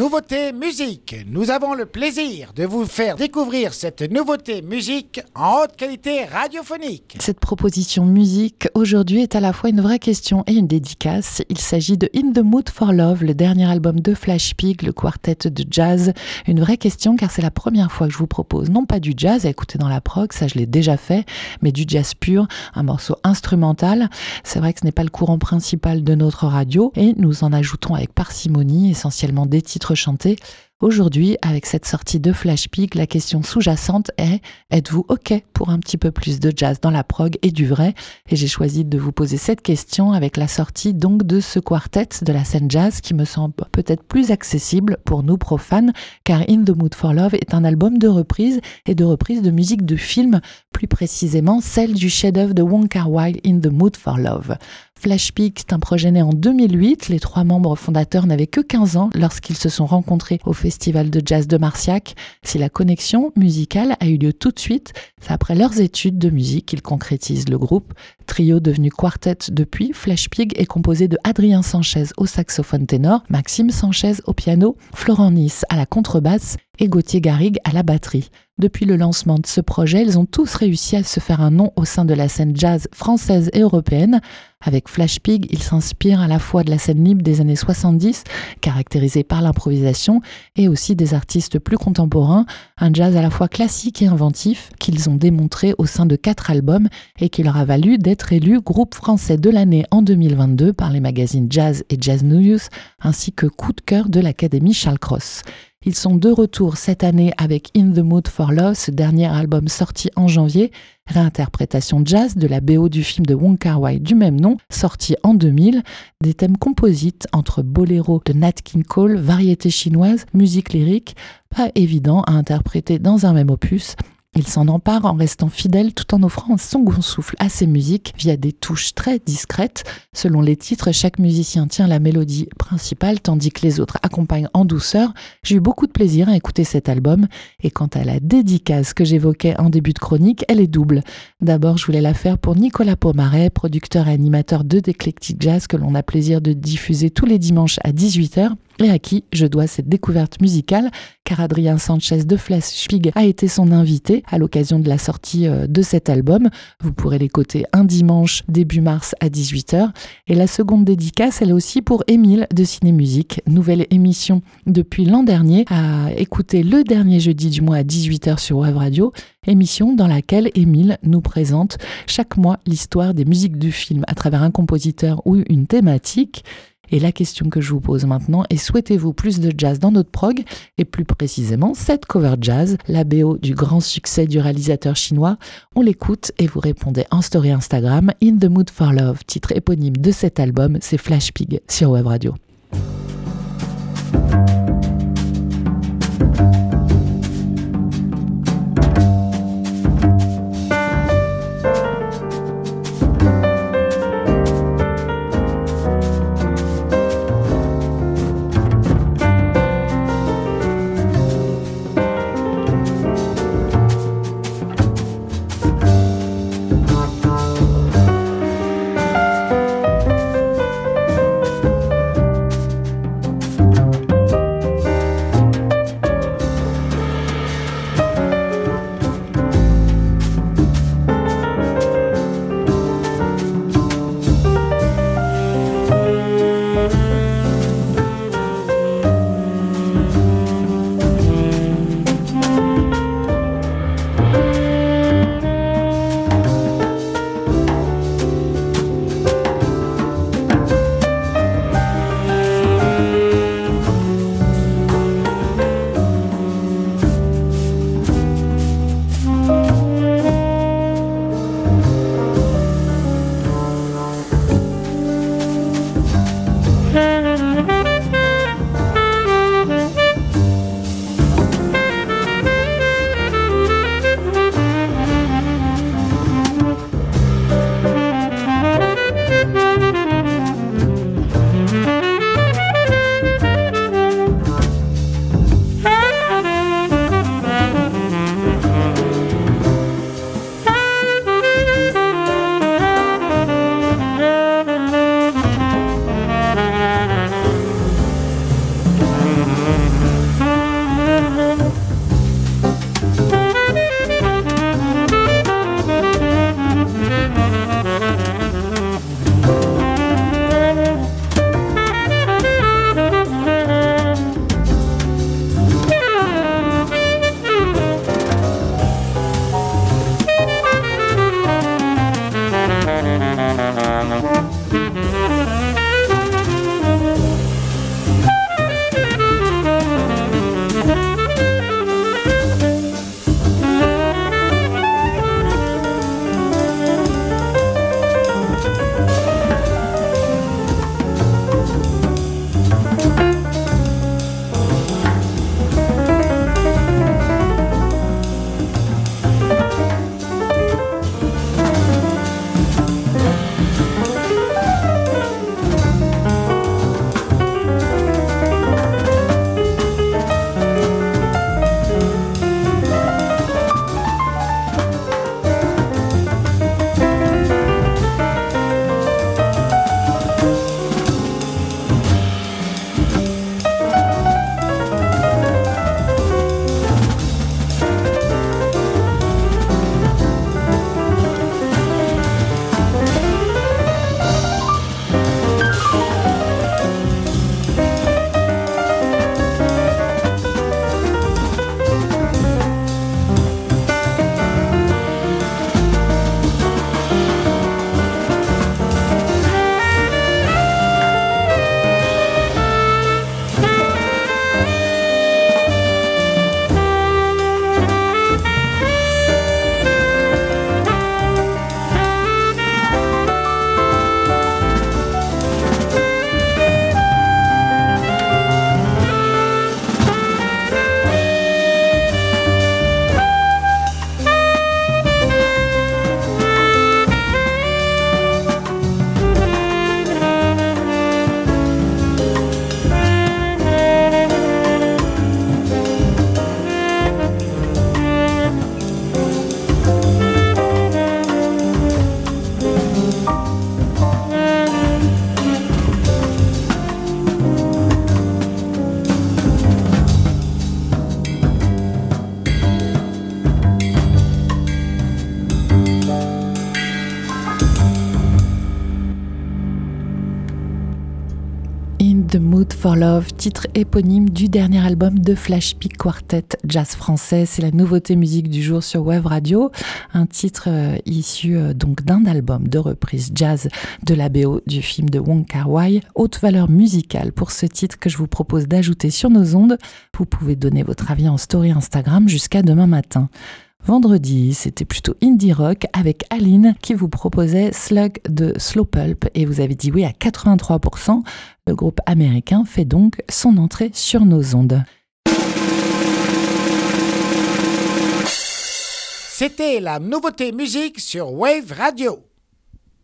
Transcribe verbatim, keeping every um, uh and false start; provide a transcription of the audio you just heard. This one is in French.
Nouveauté musique. Nous avons le plaisir de vous faire découvrir cette nouveauté musique en haute qualité radiophonique. Cette proposition musique aujourd'hui est à la fois une vraie question et une dédicace. Il s'agit de In the Mood for Love, le dernier album de Flash Pig, le quartet de jazz. Une vraie question car c'est la première fois que je vous propose non pas du jazz à écouter dans la prog, ça je l'ai déjà fait, mais du jazz pur, un morceau instrumental. C'est vrai que ce n'est pas le courant principal de notre radio et nous en ajoutons avec parcimonie, essentiellement des titres chantés. Aujourd'hui, avec cette sortie de Flash Pig, la question sous-jacente est « Êtes-vous OK pour un petit peu plus de jazz dans la prog et du vrai ?» Et j'ai choisi de vous poser cette question avec la sortie donc de ce quartet de la scène jazz qui me semble peut-être plus accessible pour nous profanes, car In the Mood for Love est un album de reprises et de reprises de musique de film, plus précisément celle du chef-d'œuvre de Wong Kar-wai, In the Mood for Love. Flash Pig, c'est un projet né en deux mille huit. Les trois membres fondateurs n'avaient que quinze ans lorsqu'ils se sont rencontrés au Festival de jazz de Marciac. Si la connexion musicale a eu lieu tout de suite, c'est après leurs études de musique qu'ils concrétisent le groupe. Trio devenu quartet depuis, Flash Pig est composé de Adrien Sanchez au saxophone ténor, Maxime Sanchez au piano, Florent Nice à la contrebasse et Gauthier Garrigue à la batterie. Depuis le lancement de ce projet, ils ont tous réussi à se faire un nom au sein de la scène jazz française et européenne. Avec Flash Pig, ils s'inspirent à la fois de la scène libre des années soixante-dix, caractérisée par l'improvisation, et aussi des artistes plus contemporains, un jazz à la fois classique et inventif qu'ils ont démontré au sein de quatre albums et qui leur a valu d'être élu groupe français de l'année en deux mille vingt-deux par les magazines Jazz et Jazz News, ainsi que coup de cœur de l'Académie Charles Cros. Ils sont de retour cette année avec In the Mood for Love, ce dernier album sorti en janvier, réinterprétation jazz de la B O du film de Wong Kar-wai du même nom, sorti en deux mille, des thèmes composites entre boléro de Nat King Cole, variété chinoise, musique lyrique, pas évident à interpréter dans un même opus. Il s'en empare en restant fidèle tout en offrant un second souffle à ses musiques via des touches très discrètes. Selon les titres, chaque musicien tient la mélodie principale tandis que les autres accompagnent en douceur. J'ai eu beaucoup de plaisir à écouter cet album et quant à la dédicace que j'évoquais en début de chronique, elle est double. D'abord, je voulais la faire pour Nicolas Pomaret, producteur et animateur de d'Eclectic Jazz que l'on a plaisir de diffuser tous les dimanches à dix-huit heures. Et à qui je dois cette découverte musicale, car Adrien Sanchez de Flash Pig a été son invité à l'occasion de la sortie de cet album. Vous pourrez l'écouter un dimanche début mars à dix-huit heures. Et la seconde dédicace, elle est aussi pour Émile de Ciné Musique, nouvelle émission depuis l'an dernier, à écouter le dernier jeudi du mois à dix-huit heures sur Web Radio, émission dans laquelle Émile nous présente chaque mois l'histoire des musiques du film à travers un compositeur ou une thématique. Et la question que je vous pose maintenant est: souhaitez-vous plus de jazz dans notre prog? Et plus précisément, cette cover jazz, la B O du grand succès du réalisateur chinois. On l'écoute et vous répondez en story Instagram. In the Mood for Love, titre éponyme de cet album, c'est Flash Pig sur Web Radio. In the Mood for Love, titre éponyme du dernier album de Flash Pig Quartet Jazz français. C'est la nouveauté musique du jour sur Wave Radio. Un titre euh, issu euh, donc d'un album de reprise jazz de la B O du film de Wong Kar-wai. Haute valeur musicale pour ce titre que je vous propose d'ajouter sur nos ondes. Vous pouvez donner votre avis en story Instagram jusqu'à demain matin. Vendredi, c'était plutôt indie rock avec Aline qui vous proposait Slug de Slow Pulp et vous avez dit oui à quatre-vingt-trois pour cent. Le groupe américain fait donc son entrée sur nos ondes. C'était la nouveauté musique sur Wave Radio.